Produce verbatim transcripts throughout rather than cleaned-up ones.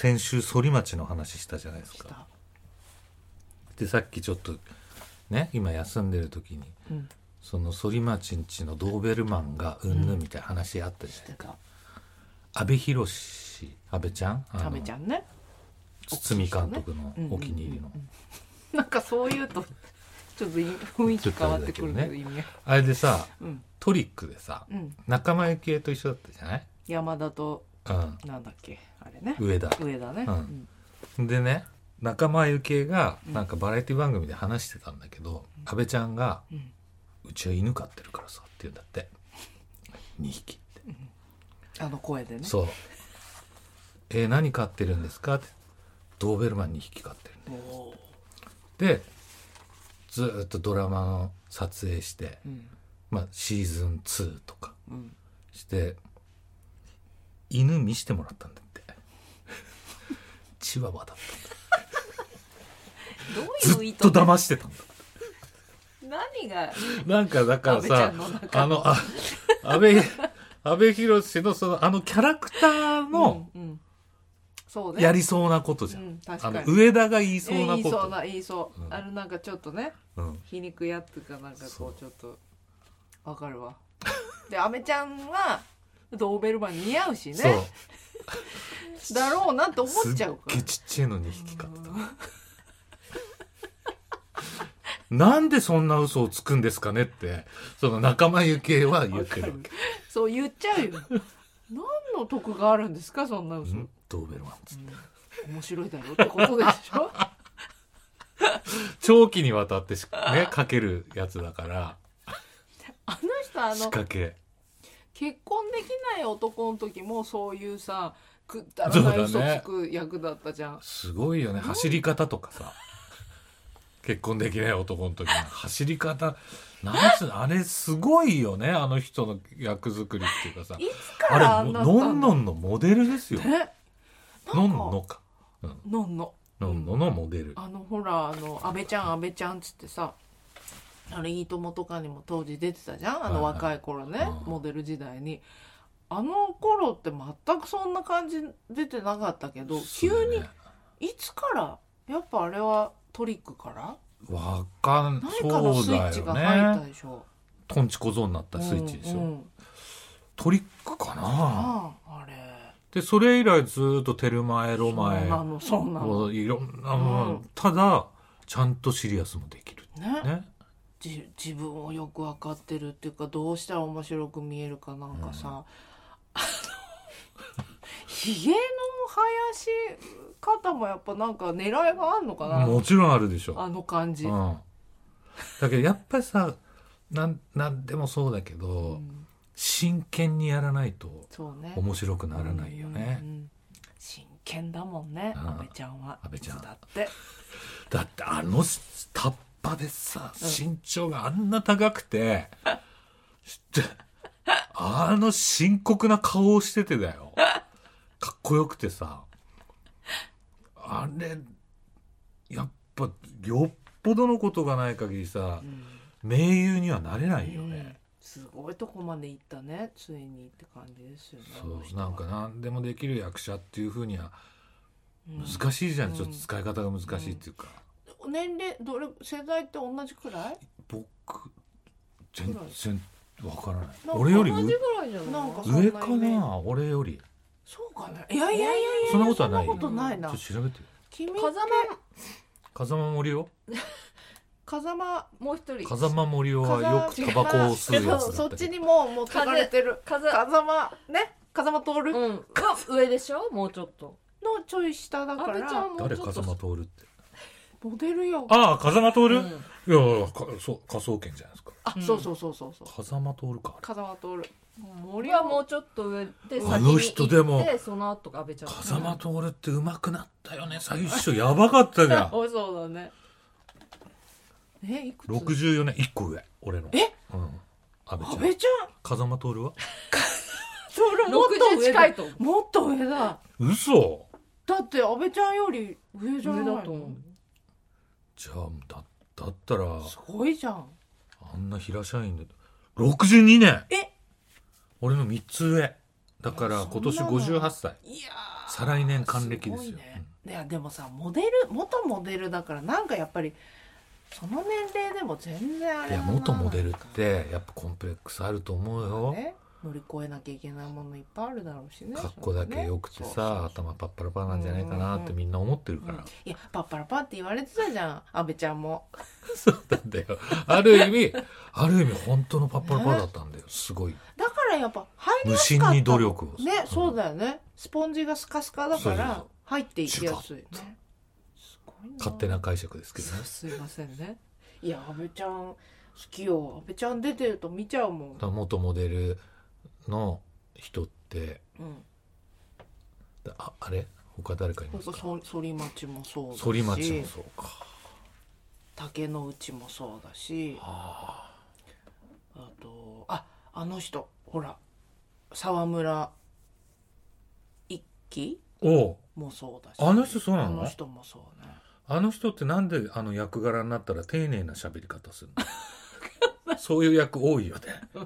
先週反町の話したじゃないですか。でさっきちょっとね今休んでる時に、うん、その反町んちのドーベルマンがうんぬんみたいな話あったじゃないですか、うん、阿部寛阿部ちゃん阿部ちゃんね堤監督のお気に入りの、 うんうんうんうん、なんかそういうとちょっと雰囲気変わってくるけど、ね、 あれでさ、うん、トリックでさ、うん、仲間由紀恵と一緒だったじゃない。 山田と、うん、なんだっけあれね上田上田ね、 うん、でね仲間由紀恵がなんかバラエティ番組で話してたんだけど、うん、阿部ちゃんが、うん、うちは犬飼ってるからさって言うんだってにひきって、うん、 あの声でね。 そうえー、何飼ってるんですかってドーベルマンにひき飼ってるんででずっとドラマの撮影して、うんまあ、シーズンツーとかして、うん、犬見してもらったんだってチワワだったんだどういう意図ずっと騙してたんだ何がなんかだからさあのあ阿部阿部寛のそのあのキャラクターの、うんうんそうね、やりそうなことじゃん、うん、確かにあの上田が言いそうなこと、 言いそうな言いそう、うん、あのなんかちょっとね、うん、皮肉やっていうかなんかこうちょっとわかるわでアメちゃんはドーベルマン似合うしねそうだろうなって思っちゃうからすっげえちっちゃいのにひき飼ってたなんでそんな嘘をつくんですかねってその仲間由紀恵は言ってるわけそう言っちゃうよ何の得があるんですかそんな嘘、うんドーベルマンつって、 うん、面白いだろってことでしょ長期にわたってねかけるやつだからあの人あの仕掛け結婚できない男の時もそういうさくだらない嘘つく役だったじゃん、 ね、すごいよね走り方とかさ結婚できない男の時の走り方なんつうのあれすごいよねあの人の役作りっていうかさいつからあんなあれのんのんのモデルですよ、ね、のんのか、 うん、のんののんののモデル、 あのほらあの安倍ちゃん安倍ちゃんっつってさあれいいともとかにも当時出てたじゃんあの若い頃ね、はいはい、モデル時代にあの頃って全くそんな感じ出てなかったけど、ね、急にいつからやっぱあれはトリックからわかん何かのスイッチが入ったでしょトンチ小僧になったスイッチでしょ、うんうん、トリックかなああれでそれ以来ずっとテルマエロマエそうなのそうなのいろんなもの、うん、ただちゃんとシリアスもできるね、ねじ自分をよく分かってるっていうかどうしたら面白く見えるかなんかさ、うん、あのひげの生やし方もやっぱなんか狙いがあるのかな。 もちろんあるでしょあの感じ、 うん、だけどやっぱりさなんなんでもそうだけど、うん、真剣にやらないと面白くならないよね、うんうんうん、 真剣だもんね、阿部ちゃんは。 阿部ちゃんだってだってあのタッパでさ、うん、身長があんな高くてあの深刻な顔をしててだよかっこよくてさあれやっぱよっぽどのことがない限りさ、うん、名優にはなれないよね、うん、 すごいとこまで行ったねついにって感じですよね。 そうなんか何でもできる役者っていう風には難しいじゃん、うん、ちょっと使い方が難しいっていうか、 うん、年齢どれ世代って同じくらい？ 僕全然わからない。俺より同じぐらいじゃない？なんか上かな俺より。 そうかね。いやいやいやいやそんなことはない。 そんなことないな。 ちょっと調べてよ。 君って風間風間森夫風間もう一人風間森夫はよくタバコを吸うやつだったけどそっちにももう書かれてる風間ね風間徹、 うん、が上でしょもうちょっとのちょい下だから誰風間徹ってモデルよ。 ああ風間徹、うん、いやかそう科捜研じゃないですか。 あ、うん、そうそうそうそうそう風間徹か風間徹森はもうちょっと上であの人でもその後阿部ちゃん風間徹って上手くなったよね最初やばかったじゃんそうだね。えいくつろくじゅうよねんいっこ上俺のえ、 うん、阿部ちゃん阿部ちゃん風間徹はそれもっと上近いともっと上だ。 嘘だって阿部ちゃんより上じゃない上だと思う。 じゃあ だ, だったらすごいじゃんあんな平社員でろくじゅうにねんえ俺のみっつ上だから今年ごじゅうはっさい。 いや再来年還暦ですよ。 すごいね、いやでもさモデル元モデルだからなんかやっぱりその年齢でも全然あれいや元モデルってやっぱコンプレックスあると思うよ、 ね、乗り越えなきゃいけないものいっぱいあるだろうしね。 格好だけ良くてさ、ね、頭パッパラパなんじゃないかなってみんな思ってるから、うんうん、 いやパッパラパって言われてたじゃん阿部ちゃんもそうなんだよ、ある意味ある意味本当のパッパラパだったんだよ、すごい。 だからやっぱ入り無やすかった心に努力をね、そうだよね、スポンジがスカスカだから入っていきやすいね。すごいな、 勝手な解釈ですけどね。 すいませんね。いや阿部ちゃん好きよ、阿部ちゃん出てると見ちゃうもん。 元モデルの人って、 うん、 あ, あれ他誰かいますか？ 反町もそうだし、 反町もそうか、 竹野内もそうだし、 はあ, あとああの人ほら沢村一樹おもそうだし、 あの人そうなの？ あの人もそうね。 あの人ってなんであの役柄になったら丁寧な喋り方するの？そういう役多いよね。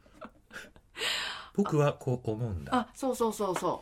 僕はこう思うんだ。 あ、そうそうそうそう。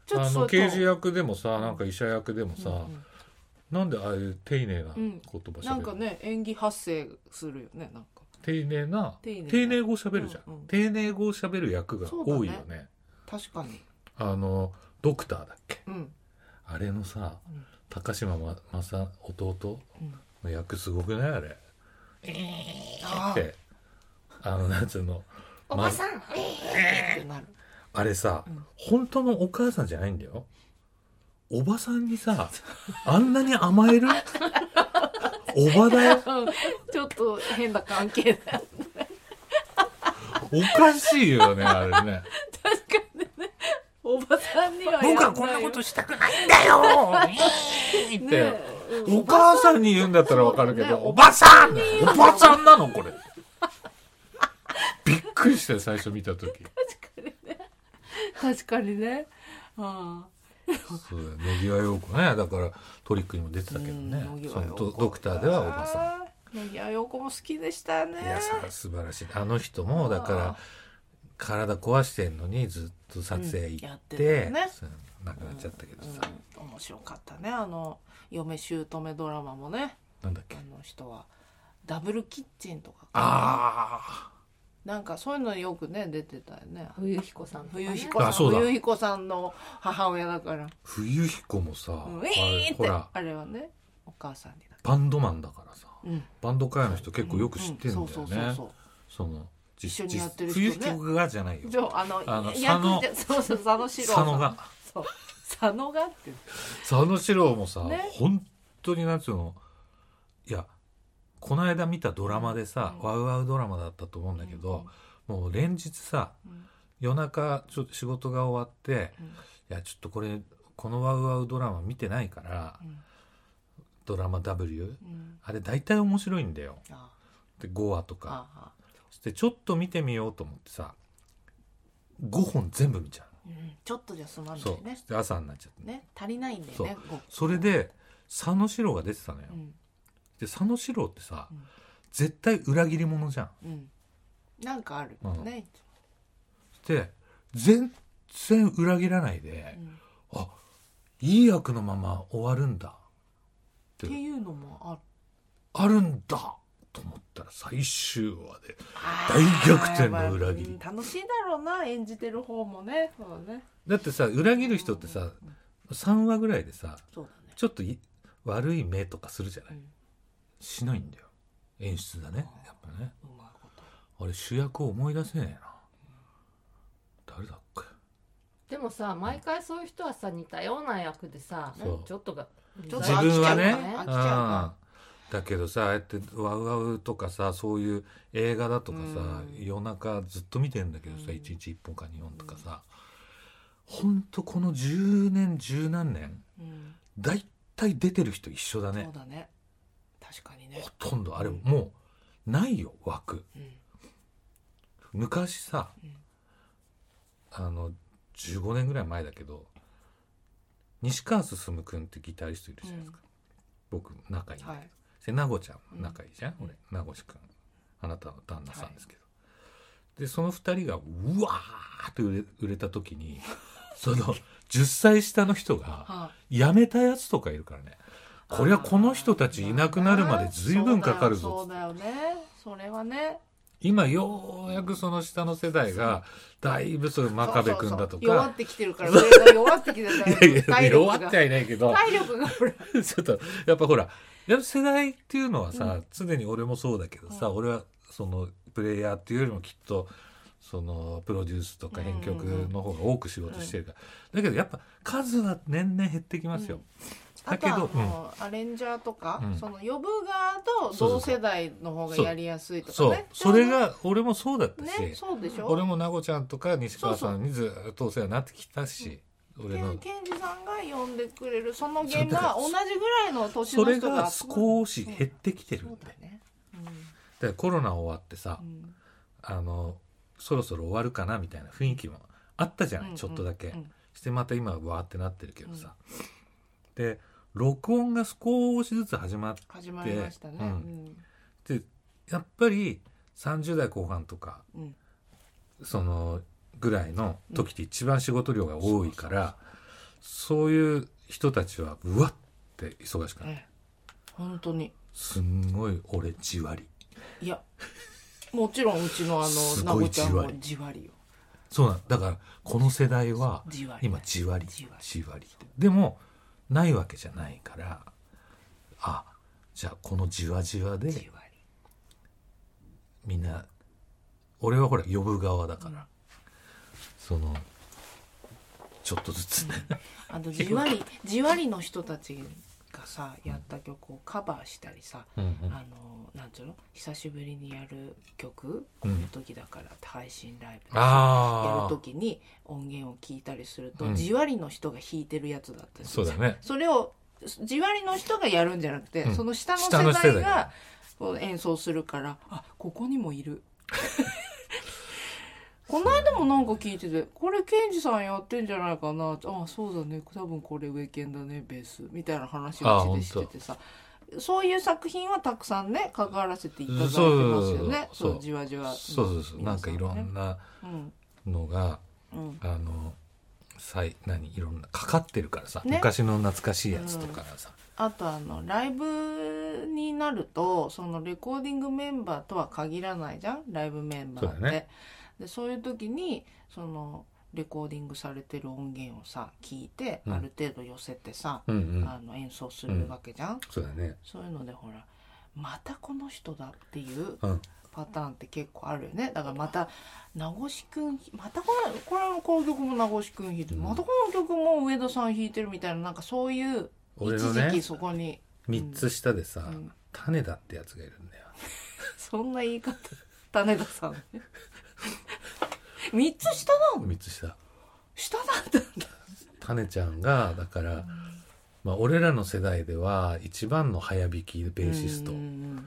ちょっとあそうの刑事役でもさ、なんか医者役でもさ、 うんうん、 なんでああいう丁寧な言葉喋る、 うん、なんかね演技発声するよね、なんか丁寧な丁寧な丁寧語喋るじゃん、 うんうん、 丁寧語喋る役が多いよ ね, ね確かに。 あのドクターだっけ、 うん、 あれのさ、 うん、 高島正弟の役すごくないあれ、えー、ってあのなんつうのおばさん、ま、えーってなる。 あれさ、 うん、 本当のお母さんじゃないんだよ。おばさんにさあんなに甘えるおばだよ、 うん、ちょっと変な関係だよね。 おかしいよねあれね。 確かにね、おばさんにはやんないよ。 僕はこんなことしたくないんだよって、ね、うん、お母さんに言うんだったらわかるけど、ね、おばさんおばさんなのこれ。びっくりしたよ最初見た時。 確かにね、確かにね。ああ、 そうだよ、野際陽子ね、だからトリックにも出てたけどね、そのドクターではおばさん。野際陽子も好きでしたね。 いやさ素晴らしい。あの人もだから体壊してんのにずっと撮影行って、うん、ね、亡くなっちゃったけどさ、 うんうん、面白かったねあの嫁姑ドラマもね。 なんだっけ、 あの人はダブルキッチンとか、 ああなんかそういうのよくね出てたよね。 冬彦さんとか、ね、 冬彦さん、冬彦さんの母親だから。 冬彦もさ、 うん、えーって、ほらあれはねお母さんにだバンドマンだからさ、 うん、 バンド界の人結構よく知ってるんだよね。その一緒にやってる人ね。 冬彦がじゃないよ。 あのあの佐野そうそう佐野史郎さん。 佐野がそう佐野がって佐野史郎もさ、 ね、 本当になんつうの、いやこの間見たドラマでさ、うん、ワウワウドラマだったと思うんだけど、うん、もう連日さ、うん、夜中ちょっと仕事が終わって、うん、いやちょっとこれこのワウワウドラマ見てないから、うん、ドラマ W、うん、あれ大体面白いんだよ。でごわとかそしてちょっと見てみようと思ってさごほん全部見ちゃう、 うん、ちょっとじゃ済まないね。 そうで朝になっちゃってね, ね足りないんだよね。 そ, それで佐野史郎が出てたのよ、うん、で佐野史郎ってさ、うん、絶対裏切り者じゃん、 うん、なんかあるよね、 うん、で全然裏切らないで、うん、あいい役のまま終わるんだって, っていうのもあるあるんだと思ったら最終話で大逆転の裏切り、 まあ、楽しいだろうな演じてる方も ね, そうねだってさ裏切る人ってさ、うんうん、さんわぐらいでさ、 そうだね、 ちょっと悪い目とかするじゃない、うん、しないんだよ演出だねやっぱね。 うまいこと。 あれ主役を思い出せねえな、うん、誰だっけ。 でもさ毎回そういう人はさ似たような役でさ、うん、ちょっとが自分はね飽きちゃうだけどさああやってワウワウとかさそういう映画だとかさ、うん、夜中ずっと見てんだけどさ、うん、いちにちいっぽんかにほんとかさ、うん、ほんとこのじゅうねん十何年、うん、だいたい出てる人一緒だね。 そうだね確かにね。 ほとんどあれもうないよ枠、うん、昔さ、うん、あのじゅうごねんぐらい前だけど西川進君ってギタリストいるじゃないですか、うん、僕仲いいんだけど、はい、名護ちゃん仲いいじゃん、うん、俺名護君あなたの旦那さんですけど、はい、でそのふたりがうわーって売れ、売れた時にそのじゅっさい下の人がはあ辞めたやつとかいるからね。これはこの人たちいなくなるまで随分かかるぞ。 そうだよ、そうだよね。それはね。 今ようやくその下の世代がだいぶそういう真壁君だとそうそうそう弱か、 ってきてるから、上が弱ってきてるからいやいや体力弱ってがはいないけど、 体力がほら。 ちょっとやっぱほら、やっぱ世代っていうのはさ、常に俺もそうだけどさ、 うん俺はそのプレイヤーっていうよりもきっとそのプロデュースとか編曲の方が多く仕事してるから、だけどやっぱ数は年々減ってきますよ。だあとはけど、 あの、アレンジャーとか、 うんその呼ぶ側と同世代の方がやりやすいとかそうね。 それが俺もそうだったし、 ね、そうでしょ。 俺もなごちゃんとか西川さんにずっとお世話になってきたし、俺のケンジさんが呼んでくれるその現そうだから場同じぐらいの年それの人がが少し減ってきてるんで、 そうだね。 だからコロナ終わってさ、 うんうんあのそろそろ終わるかなみたいな雰囲気もあったじゃない、 うんちょっとだけ、 うんしてまた今はわーってなってるけどさ、で録音が少しずつ始まっ始まりましたね。 うんうんてやっぱりさんじゅう代後半とかうんそのぐらいの時って一番仕事量が多いから、そういう人たちはうわって忙しくなる。 ええ本当に。 すんごい俺じわり。 いやもちろんうちのあすのなごいごちゃんもじわりじわりよ。 そうなんだからこの世代はじわり今じわりじわりじわりってでもないわけじゃないから、あじゃあこのじわじわでじわり。 みんな俺はほら呼ぶ側だから、そのちょっとずつね、 あとじわりじわりの人たちがさやった曲をカバーしたりさ、 うんうんあのなんつうの久しぶりにやる曲うんの時だから配信ライブでさやある時に音源を聞いたりすると、 うんじわりの人が弾いてるやつだったりするじゃんそうだねそれをじわりの人がやるんじゃなくて、 うんその下の世下の世代代ががこう演奏するからあここにもいるこの間もなんか聞いててこれケンジさんやってんじゃないかなあそうだね多分これウェケンだねベースみたいな話をうちでしててさそういう作品はたくさんね関わらせていただいてますよねそうそうそうじわじわそうそうそう、なんかいろんなうんのが、 うんあのさい何いろんなかかってるからさ、 ね昔の懐かしいやつとかがさ、 あとあのライブになるとそのレコーディングメンバーとは限らないじゃんライブメンバーってそうだねでそういう時にそのレコーディングされてる音源をさ聞いて、 うんある程度寄せてさ、 うんうんあの演奏するわけじゃん、 そうだねそういうのでほらまたこの人だっていううんパターンって結構あるよねだからまた名越くんまたこれこれもこの曲も名越くん弾いてる、 うんまたこの曲も上田さん弾いてるみたいななんかそういう俺のね一時期そこに、 みっつ下でさ、 うん種田ってやつがいるんだよ。 そんな言い方種田さんみっつ下なのみっつ下下だったんだ種ちゃんがだから、まあ、俺らの世代では一番の早弾きベーシストうん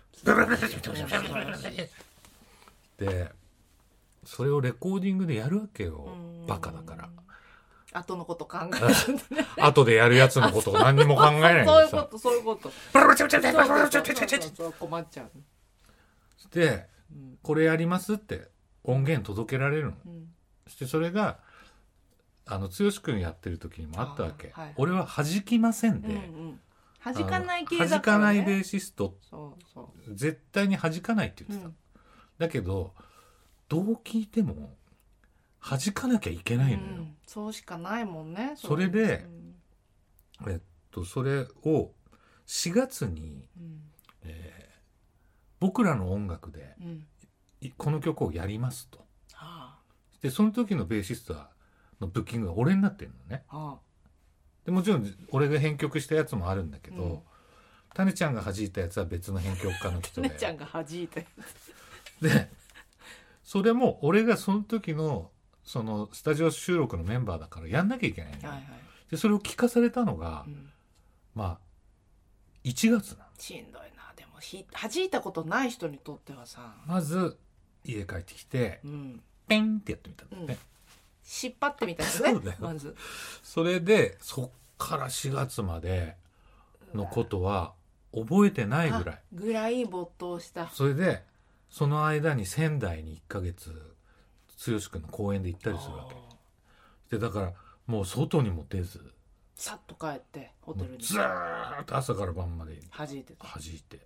でそれをレコーディングでやるわけようんバカだから後のこと考える後でやるやつのことを何にも考えないそういうこでさとそういうことそうそうそうそうそう困っちゃう、 でうんこれやりますって音源届けられるのうんそしてそれがあの剛君やってる時にもあったわけ、 あーはい俺は弾きませんで、 うんうん、弾かない系あのだから、ね、 弾かないベーシストそうそ絶対に弾かないってう、 言ってた、 うんだけどどう聞いても弾かなきゃいけないのよ、 うん、そうしかないもんねそれでうんえっとそれをしがつに、 うんえー僕らの音楽でうん、 いこの曲をやりますとはでその時のベーシストのブッキングが俺になってるのねあはでもちろん俺が編曲したやつもあるんだけど、 うんタネちゃんが弾いたやつは別の編曲家の人であ姉ちゃんが弾いてでそれも俺がその時のそのスタジオ収録のメンバーだからやんなきゃいけないのよ、 はいはい、 でそれを聞かされたのが、 うん、 まあいちがつなのしんどいなでもひ弾いたことない人にとってはさ、 まず家帰ってきてうん、 ペンってやってみたんだよね、 引っ張ってみたいなねそうだよまずそれでそっからしがつまでのことは覚えてないぐらいあぐらい没頭したそれでその間に仙台にいっかげつ剛君の公演で行ったりするわけでだからもう外にも出ずさっと帰ってホテルにずーっと朝から晩まで弾いてた。 弾いて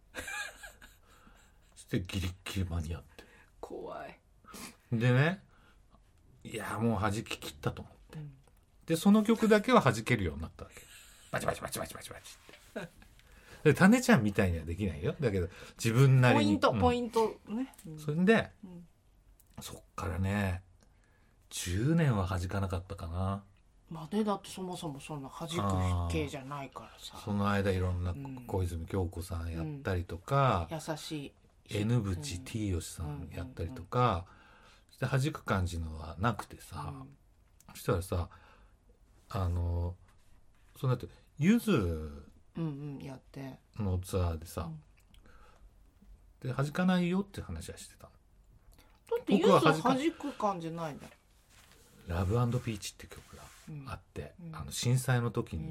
してギリッギリ間に合って怖い。 でね、いやもう弾き切ったと思って、 うん、 でその曲だけは弾けるようになったわけ。バチバチバチバチバチバチってでタネちゃんみたいにはできないよ。だけど自分なりにポイント、 うん、 ポイントね、うん、 それで、 うん、 そっからねじゅうねんは弾かなかったかな。 まあね、だってそもそもそんな弾く系じゃないからさ。 その間いろんなうん小泉京子さんやったりとか、 うん、優しい N 淵 T 吉さんやったりとか、そして弾く感じのはなくてさ、うん、そしたらさあのその後ゆずのツアーでさ、うん、で弾かないよって話はしてたの。 だってゆずは弾く感じないんだ。 ラブ&ピーチって曲があって、うん、あの震災の時に、うん、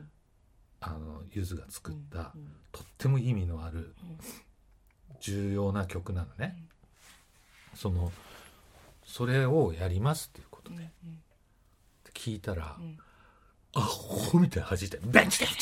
あのゆずが作った、うん、とっても意味のある、うん、重要な曲なのね、うん、そのそれをやりますっていうことで、うん、聞いたら、うん、あほみたいに弾いてベンチで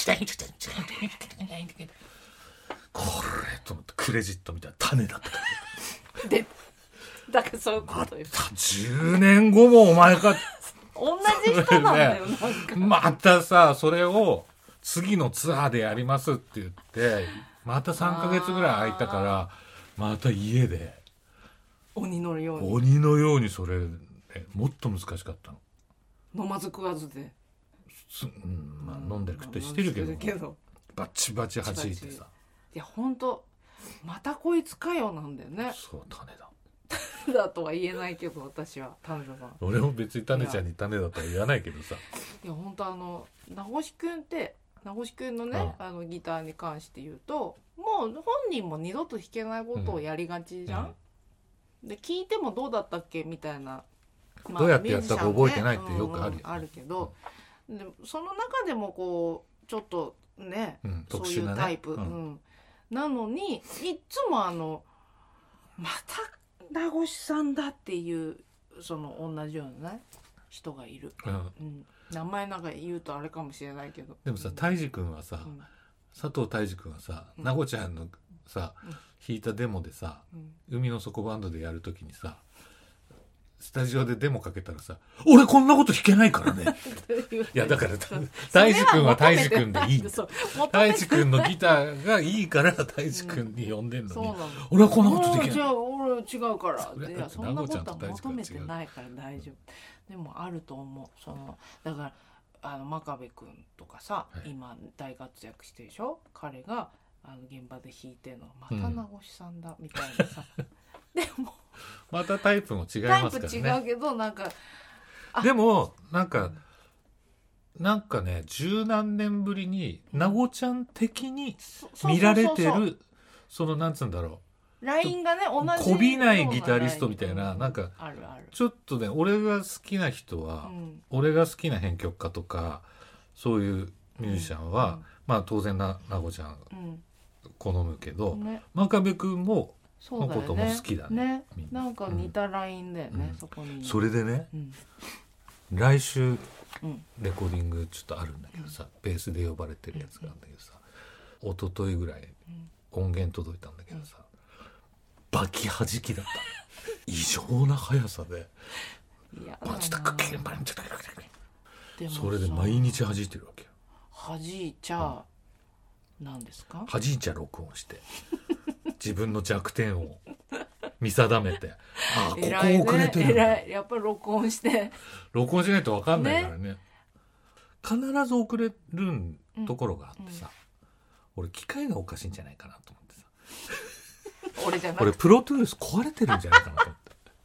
これと思ってクレジットみたいな種だったからでだからそういうことよ。 またじゅうねんごもお前か同じ人なんだよ、ね、なんかまたさそれを次のツアーでやりますって言ってまたさんかげつぐらい空いたからまた家で鬼のように鬼のようにそれもっと難しかったの。 飲まず食わずで、 うんまあ、飲んでる食ってしてるけ ど, けどバチバチ弾いてさ、 いやほんとまたこいつかよなんだよね。 そう種だだとは言えないけど私は種田さん俺も別に種ちゃんに種だとは言わないけどさ、 いや本当あの名越くんって名越くんのね、うん、あのギターに関して言うともう本人も二度と弾けないことをやりがちじゃん、うん、で聞いてもどうだったっけみたいな、 まあ、どうやってやったか覚えてないってよくあるよ、ねうんうん、あるけど、うん、でその中でもこうちょっとね、うん、そういうタイプ、ねうんうん、なのにいっつもあのまた名越さんだっていうその同じような、ね、人がいる、うんうん、名前なんか言うとあれかもしれないけどでもさ泰治君はさ、うん、佐藤泰治君はさ、うん、名越ちゃんのさ、うん、弾いたデモでさ、うん、海の底バンドでやるときにさスタジオでデモかけたらさ俺こんなこと弾けないからねいやだから泰治君は泰治君でいい泰治君のギターがいいから泰治君に呼んでんのに、うん、俺はこんなことできない。 じゃあ俺違うからいやそんなことは求めてないから大丈夫。でもあると思う。そのだからあの真壁君とかさ、はい、今大活躍してるでしょ。彼があの現場で弾いてるのまた名越さんだ、うん、みたいなさでもまたタイプも違いますからね。 タイプ違うけどなんかでもなんか、うん、なんかね十何年ぶりに名越ちゃん的に見られてるそのなんつうんだろうラインがね同じこびないギタリストみたいな、うん、なんかあるあるちょっとね俺が好きな人は、うん、俺が好きな編曲家とかそういうミュージシャンは、うん、まあ当然な名越ちゃん好むけど、ね、真壁くんものことも好きだね。 ねなんか似たラインだよね、うん、そこに。 それでね、うん、来週レコーディングちょっとあるんだけどさ、うん、ベースで呼ばれてるやつがあるんだけどさ、うん、一昨日ぐらい音源届いたんだけどさ、うん、バキ弾きだった異常な速さでバチタクキンバンチタクキンそれで毎日弾いてるわけよ。 弾いちゃ、うん、なんですか？ 弾いちゃ録音して自分の弱点を見定めてああここ遅れてるんだ、 偉いやっぱり録音して録音しないと分かんないから ね, ね必ず遅れるところがあってさ、うんうん、俺機械がおかしいんじゃないかなと思ってさ俺じゃなくて俺プロトゥース壊れてるんじゃないかなと思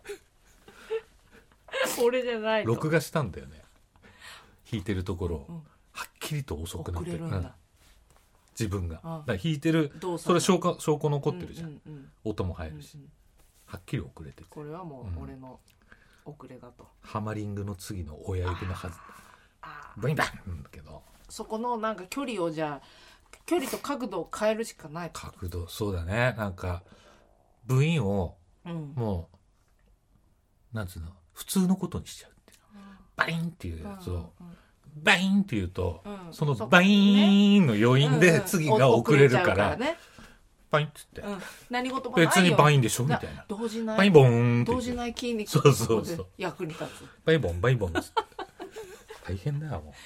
って俺じゃないと録画したんだよね弾いてるところ、うん、はっきりと遅くなってる遅れるんだ、 自分がだから弾いてるそれ証拠、証拠残ってるじゃん、うんうんうん、音も入るし、うんうん、はっきり遅れててこれはもう俺の遅れだと、うん、 ハマリングの次の親指のはずブインバンだけどそこのなんか距離をじゃあ距離と角度を変えるしかない角度そうだねなんかブインをもう、うん、なんつうの普通のことにしちゃうっていうバインっていうやつを、 うんうんバインって言うと、 うんそのバイーンの余韻で次が遅れるから、 ねバインっつって、 うん、何事もないよ別にバインでしょみたいな、 動じないバインボーンって動じない筋肉そうそうそう役に立つバイボンバイボンっつって大変だよもう。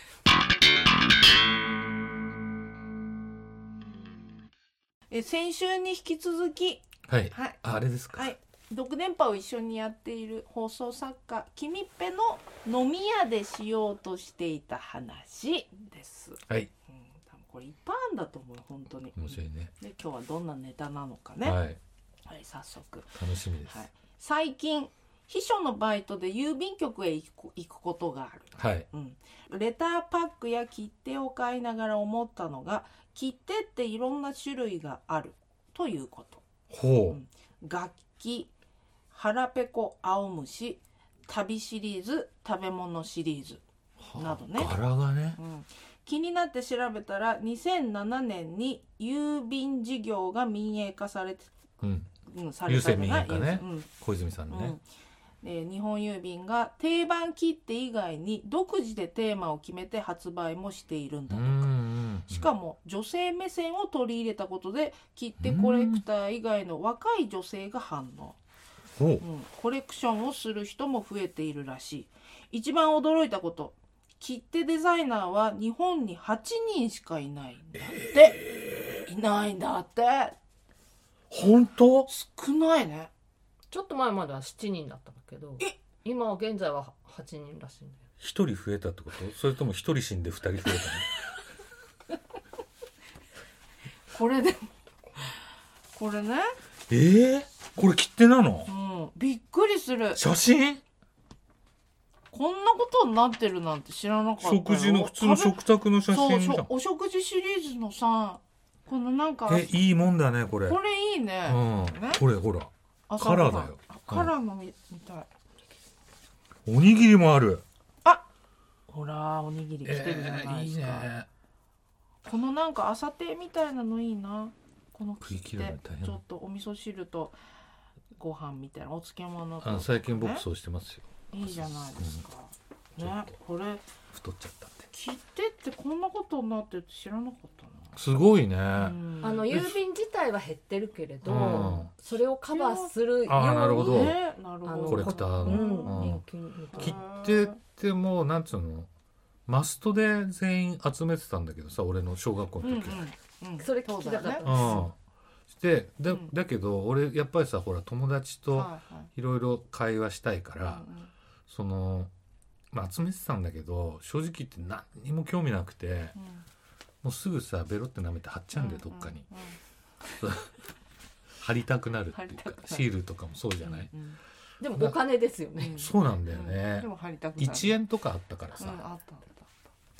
え先週に引き続き、 はい、 はい、 あ, あれですか、 はい、独電波を一緒にやっている放送作家きみっぺの飲み屋でしようとしていた話です。 はい、うん、 多分これいっぱいあるんだと思う本当に。 面白いね。 で今日はどんなネタなのかね。 はい、 はい、早速楽しみです。 はい、最近秘書のバイトで郵便局へ行く、行くことがある。 はい、 うん、レターパックや切手を買いながら思ったのが、切手っていろんな種類があるということ。 ほう、 うん、楽器、腹ペコ、青虫、旅シリーズ、食べ物シリーズなどね。 柄がね、 うん、気になって調べたらにせんななねんに郵便事業が民営化されて、 うんうん、されたじゃない。 郵政民営化ね、 うん、 小泉さんのね、 うんで日本郵便が定番切手以外に独自でテーマを決めて発売もしているんだとか、 うんうんうん、 しかも女性目線を取り入れたことで切手コレクター以外の若い女性が反応、うん、コレクションをする人も増えているらしい。一番驚いたこと、切手デザイナーは日本にはちにんしかいないんだって、えー、いないんだって。 本当？ 少ないね。 ちょっと前まではしちにんだったんだけど、今は現在ははちにんらしいんだよ。 ひとり増えたってこと？それともひとり死んでふたり増えたの？ これでもこれね、 えー、これ切手なの？ うん、びっくりする。 写真？ こんなことになってるなんて知らなかったよ。 食事の普通の食卓の写真じゃん。 そう、お食事シリーズのさ、このなんかえ、いいもんだねこれ。 これいいね。 うん、 ね、 これほらカラーだよ。 カラーの 見, 見たい。 おにぎりもある。 あ、ほらおにぎり来てるじゃないですか。 えー、いいね。 このなんか朝亭みたいなのいいな。この切手、 ね、 ちょっとお味噌汁とご飯みたいなお漬物と、 ね、あ最近僕そうしてますよ。 いいじゃないですか。うん、ね、これ太っちゃったって。 切手ってこんなことになってるって知らなかったな。 すごいね。うん、 あの郵便自体は減ってるけれど、うん、それをカバーするように、 あ、なるほど、 ね、なるほど、 コレクターの、 うんうん、 切手ってもうなんつうの、マストで全員集めてたんだけどさ、俺の小学校の時、 うんうんうん、それ聞きたかったです。 でだ、うん、だけど俺やっぱりさ、ほら友達といろいろ会話したいから、はいはい、その、まあ、集めてたんだけど正直言って何にも興味なくて、うん、もうすぐさベロって舐めて貼っちゃうんだよ、うん、どっかに、うんうん、貼りたくなるっていうかシールとかもそうじゃない、うんうん、 でもお金ですよね。 そうなんだよね、 うん、でも貼りたくなる。いちえんとかあったからさ、 うん、あったあったあった。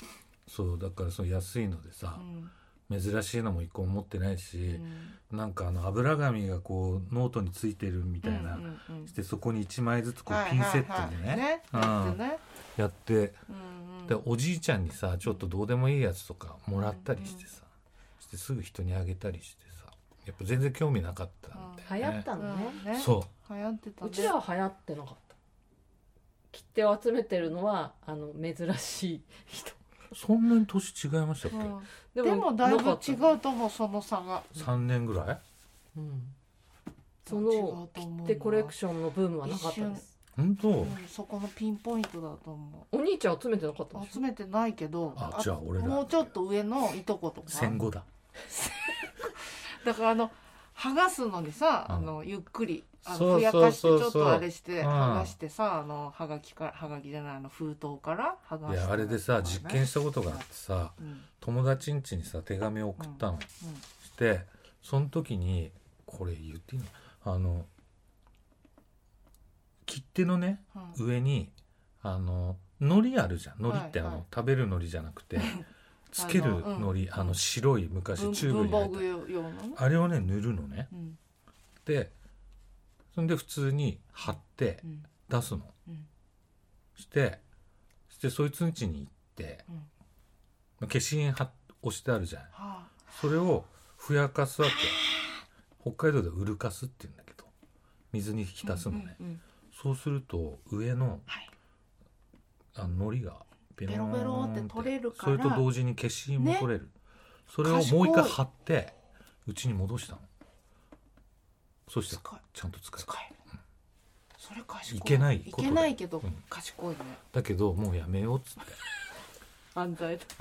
そうだからその安いのでさ、うん、珍しいのも一個も持ってないし、うん、なんかあの油紙がこうノートについてるみたいな、うんうんうん、してそこにいちまいずつこうピンセットでねやって、うんうん、でおじいちゃんにさちょっとどうでもいいやつとかもらったりしてさ、うんうん、してすぐ人にあげたりしてさ、やっぱ全然興味なかったんだよね。 流行ったのね、 うん、ね、 そう流行ってた、ね、 うちらは流行ってなかった。切手を集めてるのはあの珍しい人。 そんなに年違いましたっけ、うん、 でも、でもだいぶ違うと思う、その差がさんねんぐらい、 うん、その切手コレクションのブームはなかったです。 本当、うん、 そこのピンポイントだと思う。 お兄ちゃん集めてなかったでしょ。 集めてないけど、 あじゃあ俺らもうちょっと上のいとことか戦後だだからあの剥がすのにさ、あのゆっくりあのふやかしてちょっとあれして剥がしてさ、あのはがきかはがきじゃないあの封筒から剥がして、 いやあれでさ実験したことがあってさ、うん、友達ん家にさ手紙を送ったの、うんうん、してその時にこれ言っていいの、あの切手のね、うん、上にあの海苔あるじゃん。海苔ってあの、はいはい、食べる海苔じゃなくてつける海苔、あの、うん、あの白い昔チューブに入ったあれをね塗るのね、うん、でそれで普通に貼って出すの、うん、してしてそいつん家に行って、うん、消印貼押してあるじゃん、はあ、それをふやかすわけ。北海道でうるかすって言うんだけど水に浸すのね、うんうんうん、そうすると上の、はい、 あの海苔がベベロベロって取れるから、 それと同時に消し印も取れる、ね、それをもう一回貼ってうちに戻したの。そしてちゃんと使える。使える、うん、 それ賢い。 いけないいけないけど、うん、賢いね。 だけどもうやめようっつって犯罪だ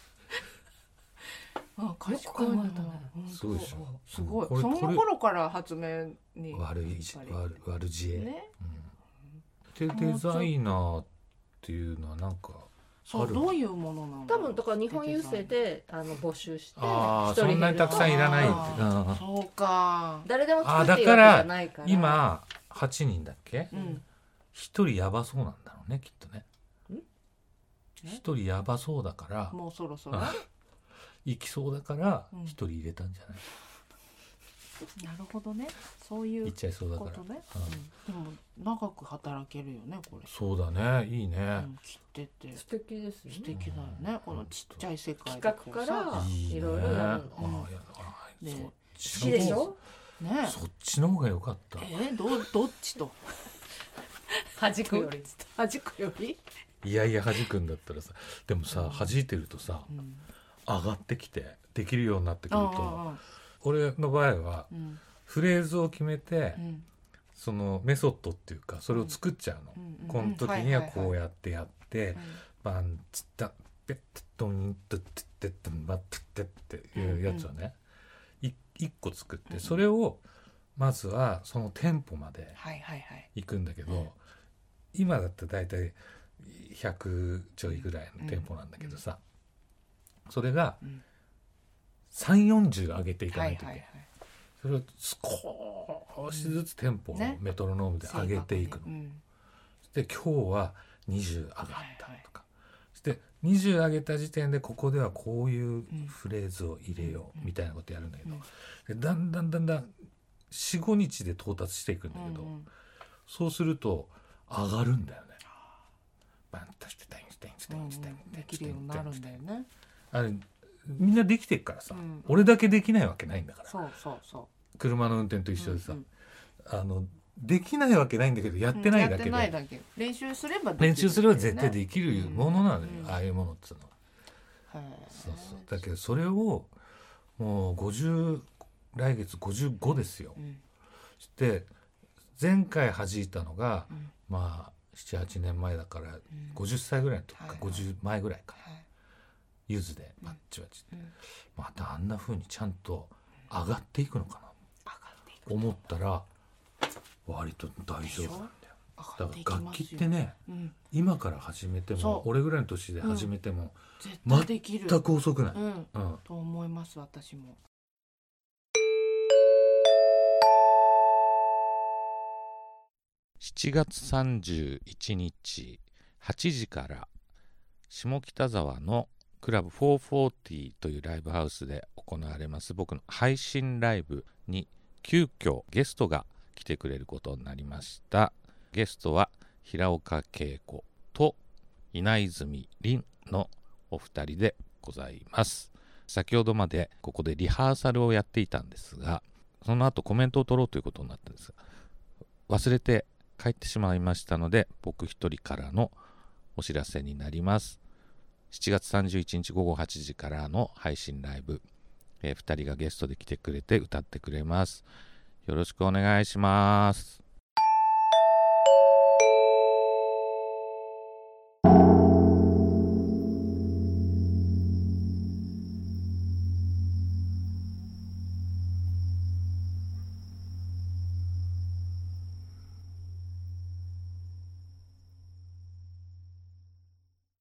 あ、賢いんだね。 すごいでしょ。 すごい。その頃から発明に悪い悪悪知恵、ね、うん、でデザイナーっていうのはなんかそうどういうものなの？ 多分だから日本郵政であの募集して、 ああそんなにたくさんいらないって、うん、 そうか。 誰でも作っていいわけじゃないから。 今はちにんだっけ？ うん、 ひとりやばそうなんだろうねきっとね。ひとりやばそうだからもうそろそろ行きそうだからひとり入れたんじゃない？ うん、なるほどね。そういう行っちゃいそうだから、 ね、うん、でも長く働けるよねこれ。 そうだね、いいね、うん、 切ってて素敵ですね。 素敵だよね、うん、このちっちゃい世界で企画からいろいろやるの。 で好きでしょね。そっちの方が良かった。 えー、どどっちと弾くより弾くよりいやいや弾くんだったらさ、でもさ、うん、弾いてるとさ、うん、上がってきてできるようになってくると、俺の場合は、うん、フレーズを決めて、うん、そのメソッドっていうかそれを作っちゃうの、うん、この時にはこうやってやって、バンツッタペットントゥッテッテンバッテッテっていうやつをね、うんうん、いっこ作って、それをまずはそのテンポまでいくんだけど、はいはいはい、今だってだいたいひゃくちょいぐらいのテンポなんだけどさ、うん、それがさんじゅうよんじゅう上げていかないといけない、はいはいはい、それを少しずつテンポをメトロノームで上げていくの、ね、うん、で今日はにじゅう上がったとか、はいはい、でにじゅう上げた時点でここではこういうフレーズを入れようみたいなことやるんだけど、でだんだんだんだん よん,ご 日で到達していくんだけど、うんうん、そうすると上がるんだよね。バンとしてタインスタインスタインスタインできるようになるんだよね。 あれみんなできてるからさ、うん、俺だけできないわけないんだから。 そうそうそう。 車の運転と一緒でさ、うんうん、あのできないわけないんだけどやってないだけで、うん、やってないだけ。 練習すればできる、 ね、練習すれば絶対できるものなのよ、うん、ああいうものっていうのは。そうそう。だけどそれをもうごじゅう来月ごじゅうごですよ。うん、で前回弾いたのが、うん、まあななはちねんまえだからごじゅっさいぐらいの時か、うん、ごじゅうまえぐらいか、はい、ゆずでバッチバチ、うん、またあんな風にちゃんと上がっていくのかな、うん、思ったら割と大丈夫なんだよ。だから楽器ってね、うん、今から始めても俺ぐらいの年で始めても、うん、全く遅くない、 うんうん、と思います私も。 しちがつさんじゅういちにちはちじから下北沢のクラブフォーフォーティーというライブハウスで行われます僕の配信ライブに急遽ゲストが来てくれることになりました。ゲストは平岡恵子と稲泉凛のお二人でございます。先ほどまでここでリハーサルをやっていたんですが、その後コメントを取ろうということになったんですが忘れて帰ってしまいましたので、僕一人からのお知らせになります。しちがつさんじゅういちにちごごはちじからの配信ライブ、えー、ふたりがゲストで来てくれて歌ってくれます。よろしくお願いします。